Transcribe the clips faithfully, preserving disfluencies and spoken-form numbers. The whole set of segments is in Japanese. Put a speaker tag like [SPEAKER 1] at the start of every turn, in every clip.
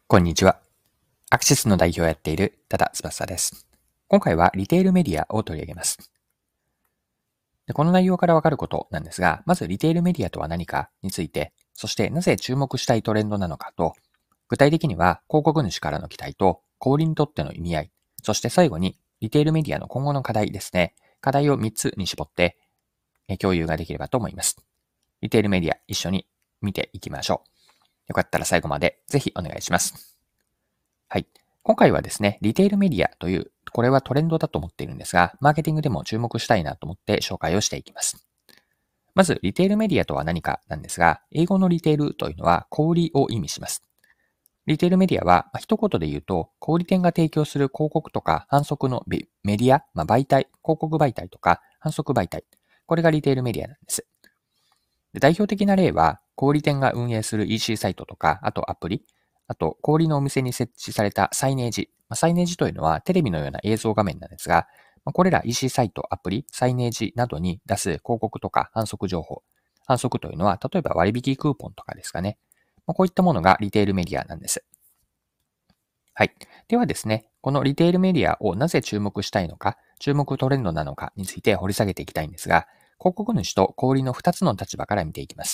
[SPEAKER 1] こんにちは。アクシスの代表をやっている多田翼です。今回はリテールメディアを取り上げます。でこの内容からわかることなんですが、まずリテールメディアとは何かについて、そしてなぜ注目したいトレンドなのかと、具体的には広告主からの期待と小売りにとっての意味合い、そして最後にリテールメディアの今後の課題ですね。課題をみっつに絞って共有ができればと思います。リテールメディア一緒に見ていきましょう。よかったら最後までぜひお願いします。はい。今回はですね、リテールメディアという、これはトレンドだと思っているんですが、マーケティングでも注目したいなと思って紹介をしていきます。まず、リテールメディアとは何かなんですが、英語のリテールというのは小売りを意味します。リテールメディアは、まあ、一言で言うと、小売店が提供する広告とか販促のメディア、まあ、媒体、広告媒体とか販促媒体、これがリテールメディアなんです。で代表的な例は、小売店が運営する イーシー サイトとか、あとアプリ、あと、小売のお店に設置されたサイネージ。サイネージというのはテレビのような映像画面なんですが、これら イーシー サイト、アプリ、サイネージなどに出す広告とか販促情報。販促というのは、例えば割引クーポンとかですかね。こういったものがリテールメディアなんです。はい。ではですね、このリテールメディアをなぜ注目したいのか、注目トレンドなのかについて掘り下げていきたいんですが、広告主と小売のふたつの立場から見ていきます。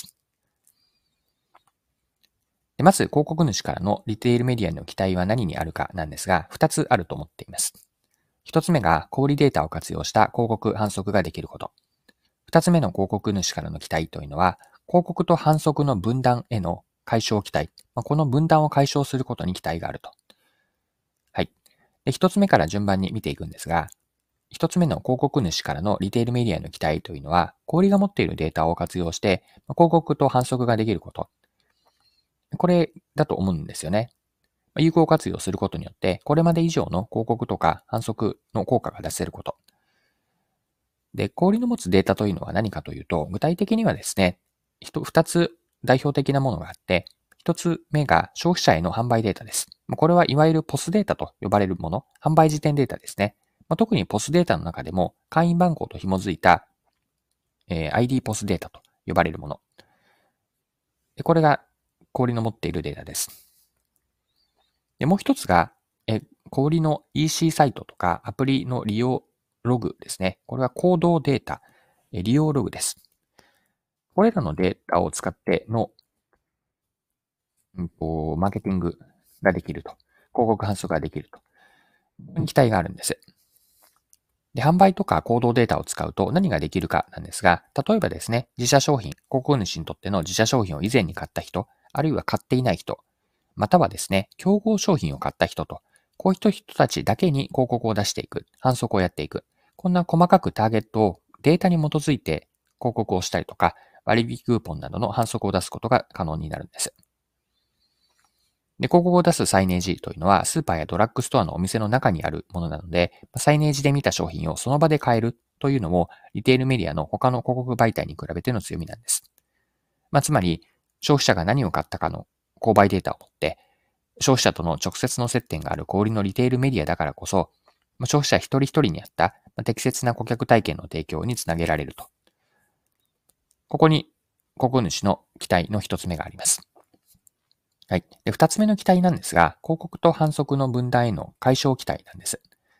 [SPEAKER 1] でまず、広告主からのリテールメディアの期待は何にあるかなんですが、ふたつあると思っています。ひとつめが、小売データを活用した広告販促ができること。ふたつめの広告主からの期待というのは、広告と販促の分断への解消期待。この分断を解消することに期待があると。はい。でひとつめから順番に見ていくんですが、ひとつめの広告主からのリテールメディアの期待というのは、小売が持っているデータを活用して、広告と販促ができること。これだと思うんですよね。有効活用することによって、これまで以上の広告とか販促の効果が出せること。で、小売の持つデータというのは何かというと、具体的にはですね、二つ代表的なものがあって、一つ目が消費者への販売データです。これはいわゆるポスデータと呼ばれるもの、販売時点データですね。特にポスデータの中でも会員番号と紐づいた、えー、アイディー ポスデータと呼ばれるもの。これが小売の持っているデータです。でもう一つが、え小売の イーシー サイトとかアプリの利用ログですね。これは行動データ、利用ログです。これらのデータを使っての、うんと、マーケティングができると。広告販促ができると。期待があるんです。で、販売とか行動データを使うと何ができるかなんですが、例えばですね、自社商品、広告主にとっての自社商品を以前に買った人、あるいは買っていない人、またはですね、競合商品を買った人と、こういった人たちだけに広告を出していく、販促をやっていく。こんな細かくターゲットをデータに基づいて広告をしたりとか、割引クーポンなどの販促を出すことが可能になるんです。で、広告を出すサイネージというのは、スーパーやドラッグストアのお店の中にあるものなので、サイネージで見た商品をその場で買えるというのも、リテールメディアの他の広告媒体に比べての強みなんです。まあ、つまり、消費者が何を買ったかの購買データを持って、消費者との直接の接点がある小売のリテールメディアだからこそ、消費者一人一人に合った適切な顧客体験の提供につなげられると。ここに、広告主の期待の一つ目があります。はい。で、二つ目の期待なんですが、広告と販促の分断への解消期待なんです。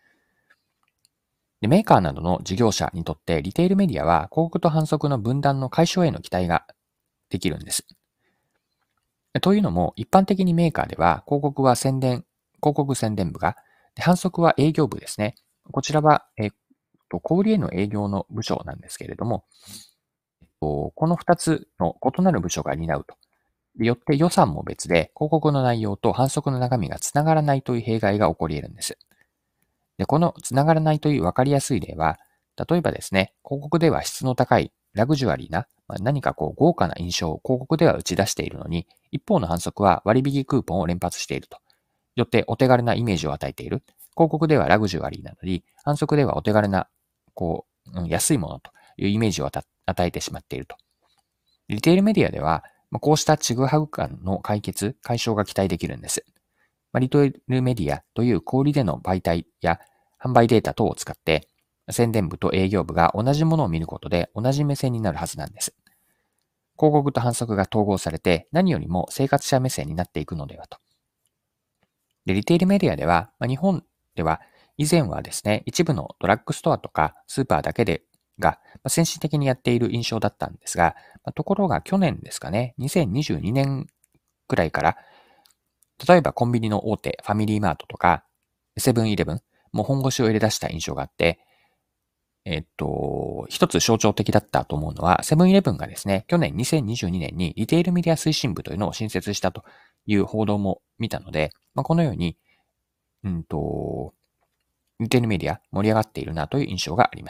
[SPEAKER 1] で、メーカーなどの事業者にとってリテールメディアは広告と販促の分断の解消への期待ができるんです。というのも、一般的にメーカーでは広告は宣伝、広告宣伝部が、で販促は営業部ですね。こちらは、えっと、小売への営業の部署なんですけれども、えっと、この二つの異なる部署が担うと。よって予算も別で広告の内容と販促の中身がつながらないという弊害が起こり得るんです。で、このつながらないという分かりやすい例は、例えばですね、広告では質の高いラグジュアリーな、まあ、何かこう豪華な印象を広告では打ち出しているのに、一方の販促は割引クーポンを連発していると。よってお手軽なイメージを与えている。広告ではラグジュアリーなのに、販促ではお手軽な、こう、うん、安いものというイメージを与えてしまっていると。リテールメディアでは、こうしたちぐはぐ感の解決、解消が期待できるんです。リテールメディアという小売での媒体や販売データ等を使って、宣伝部と営業部が同じものを見ることで同じ目線になるはずなんです。広告と販促が統合されて何よりも生活者目線になっていくのではと。 で、リテールメディアでは、まあ、日本では以前はですね、一部のドラッグストアとかスーパーだけでが、まあ、先進的にやっている印象だったんですが、まあ、ところが去年ですかね、にせんにじゅうにねんくらいから、例えばコンビニの大手、ファミリーマートとか、セブンイレブンも本腰を入れ出した印象があって、えっと、一つ象徴的だったと思うのは、セブンイレブンがですね、去年にせんにじゅうにねんにリテールメディア推進部というのを新設したという報道も見たので、まあ、このように、うんと、リテールメディア盛り上がっているなという印象があります。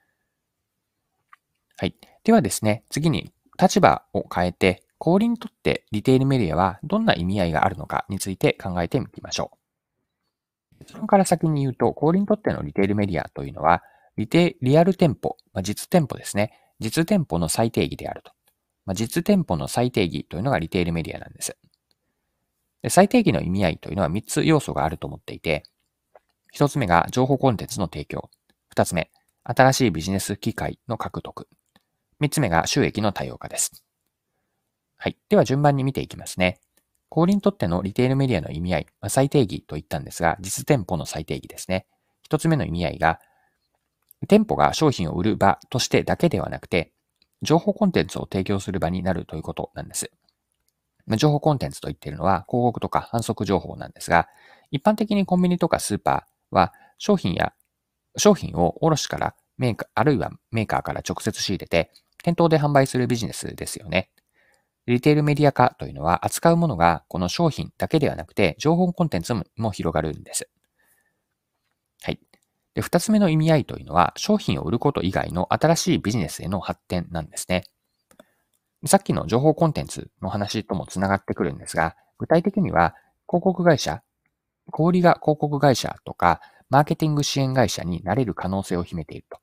[SPEAKER 1] はい。ではですね、次に立場を変えて、小売りにとってリテールメディアはどんな意味合いがあるのかについて考えてみましょう。そこから先に言うと、小売りにとってのリテールメディアというのは、リテリアル店舗、まあ、実店舗ですね。実店舗の再定義であると。まあ、実店舗の再定義というのがリテールメディアなんです。で、再定義の意味合いというのはみっつ要素があると思っていて、ひとつめが情報コンテンツの提供。ふたつめ、新しいビジネス機会の獲得。みっつめが収益の多様化です。はい。では順番に見ていきますね。小売りにとってのリテールメディアの意味合い、まあ、再定義と言ったんですが、実店舗の再定義ですね。一つ目の意味合いが、店舗が商品を売る場としてだけではなくて、情報コンテンツを提供する場になるということなんです。情報コンテンツと言っているのは広告とか販促情報なんですが、一般的にコンビニとかスーパーは商品や商品を卸からメーカー、あるいはメーカーから直接仕入れて、店頭で販売するビジネスですよね。リテールメディア化というのは扱うものがこの商品だけではなくて情報コンテンツも広がるんです。はい。で、二つ目の意味合いというのは商品を売ること以外の新しいビジネスへの発展なんですね。さっきの情報コンテンツの話ともつながってくるんですが、具体的には広告会社、小売が広告会社とかマーケティング支援会社になれる可能性を秘めていると。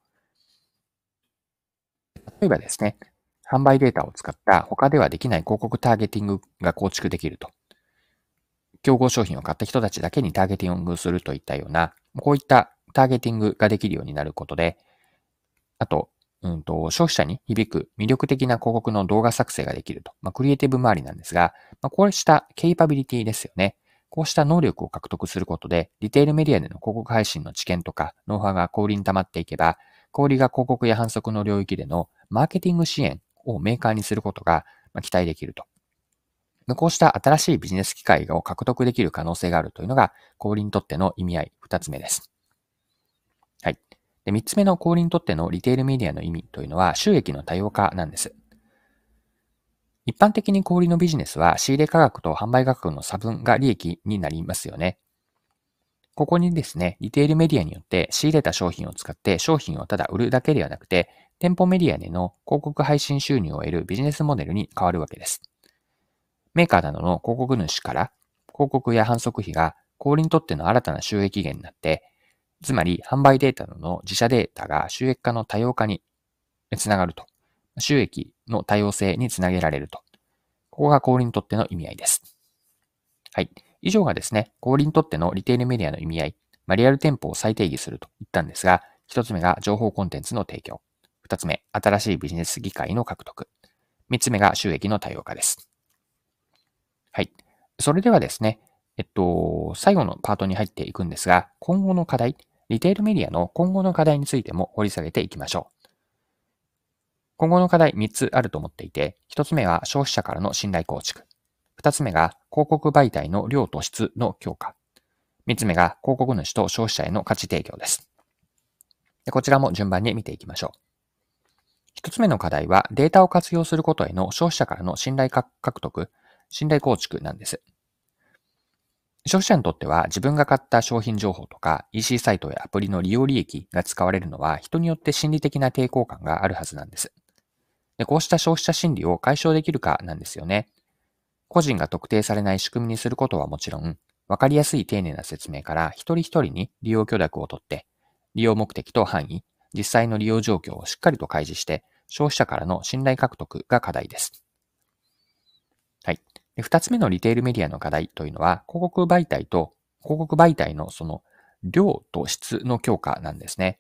[SPEAKER 1] 例えばですね、販売データを使った他ではできない広告ターゲティングが構築できると。競合商品を買った人たちだけにターゲティングするといったような、こういったターゲティングができるようになることで、あと、うんと、消費者に響く魅力的な広告の動画作成ができると。まあ、クリエイティブ周りなんですが、まあ、こうしたケイパビリティですよね。こうした能力を獲得することで、リテールメディアでの広告配信の知見とかノウハウが小売りに溜まっていけば、小売りが広告や販促の領域でのマーケティング支援をメーカーにすることが期待できると。こうした新しいビジネス機会を獲得できる可能性があるというのが、小売りにとっての意味合い二つ目です。はい。で、三つ目の小売りにとってのリテールメディアの意味というのは、収益の多様化なんです。一般的に小売りのビジネスは、仕入れ価格と販売価格の差分が利益になりますよね。ここにですね、リテールメディアによって仕入れた商品を使って商品をただ売るだけではなくて、店舗メディアでの広告配信収入を得るビジネスモデルに変わるわけです。メーカーなどの広告主から広告や販促費が小売りにとっての新たな収益源になって、つまり販売データなどの自社データが収益化の多様化につながると。収益の多様性につなげられると。ここが小売りにとっての意味合いです。はい。以上がですね、小売りにとってのリテールメディアの意味合い、まあ、リアル店舗を再定義すると言ったんですが、一つ目が情報コンテンツの提供。二つ目、新しいビジネス機会の獲得。三つ目が収益の多様化です。はい。それではですね、えっと、最後のパートに入っていくんですが、今後の課題、リテールメディアの今後の課題についても掘り下げていきましょう。今後の課題みっつあると思っていて、ひとつめは消費者からの信頼構築。ふたつめが広告媒体の量と質の強化。みっつめが広告主と消費者への価値提供です。でこちらも順番に見ていきましょう。ひとつめの課題はデータを活用することへの消費者からの信頼獲得、信頼構築なんです。消費者にとっては自分が買った商品情報とか イーシー サイトやアプリの利用利益が使われるのは人によって心理的な抵抗感があるはずなんです。でこうした消費者心理を解消できるかなんですよね。個人が特定されない仕組みにすることはもちろん、わかりやすい丁寧な説明から一人一人に利用許諾を取って、利用目的と範囲、実際の利用状況をしっかりと開示して、消費者からの信頼獲得が課題です。はい。で二つ目のリテールメディアの課題というのは、広告媒体と、広告媒体のその量と質の強化なんですね。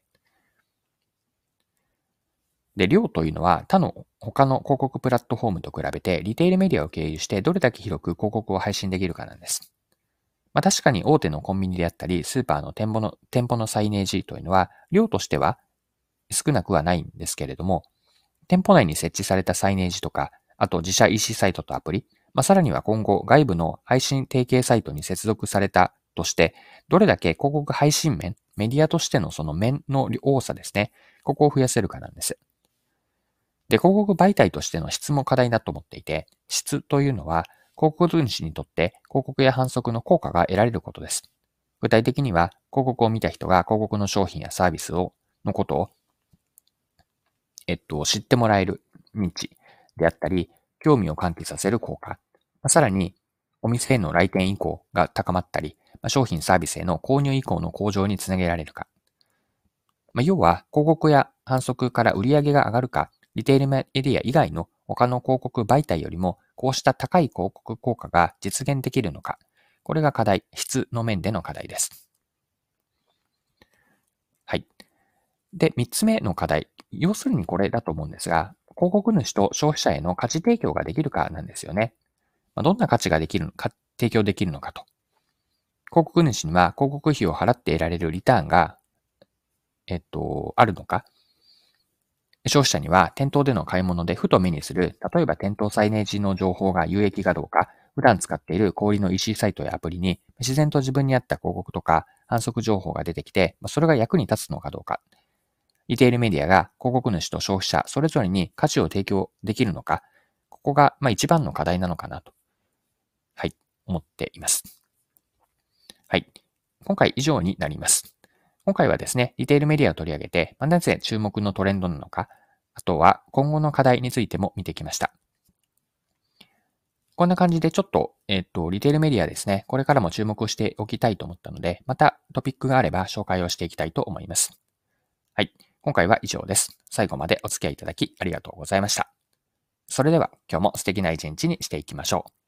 [SPEAKER 1] で、量というのは他の他の広告プラットフォームと比べてリテールメディアを経由してどれだけ広く広告を配信できるかなんです。 まあ、確かに大手のコンビニであったり、スーパーの店舗の、店舗のサイネージというのは、量としては少なくはないんですけれども、店舗内に設置されたサイネージとか、あと自社 イーシー サイトとアプリ、まあ、さらには今後外部の配信提携サイトに接続されたとして、どれだけ広告配信面、メディアとしてのその面の多さですね、ここを増やせるかなんです。で、広告媒体としての質も課題だと思っていて、質というのは広告主にとって広告や販促の効果が得られることです。具体的には、広告を見た人が広告の商品やサービスを、のことを、えっと、知ってもらえる認知であったり、興味を喚起させる効果。さらに、お店への来店意向が高まったり、商品サービスへの購入意向の向上につなげられるか。まあ、要は、広告や販促から売上が上がるか、リテールメディア以外の他の広告媒体よりも、こうした高い広告効果が実現できるのか。これが課題、質の面での課題です。はい。で、三つ目の課題。要するにこれだと思うんですが、広告主と消費者への価値提供ができるかなんですよね。まあ、どんな価値ができるのか、提供できるのかと。広告主には広告費を払って得られるリターンが、えっと、あるのか。消費者には店頭での買い物でふと目にする、例えば店頭サイネージの情報が有益かどうか、普段使っている小売りの イーシー サイトやアプリに自然と自分に合った広告とか販促情報が出てきて、それが役に立つのかどうか。リテールメディアが広告主と消費者それぞれに価値を提供できるのか、ここがまあ一番の課題なのかなと、はい、思っています。はい。今回以上になります。今回はですね、リテールメディアを取り上げて、まあ、なぜ注目のトレンドなのか、あとは今後の課題についても見てきました。こんな感じでちょっと、えっと、リテールメディアですね、これからも注目しておきたいと思ったので、またトピックがあれば紹介をしていきたいと思います。はい。今回は以上です。最後までお付き合いいただきありがとうございました。それでは今日も素敵な一日にしていきましょう。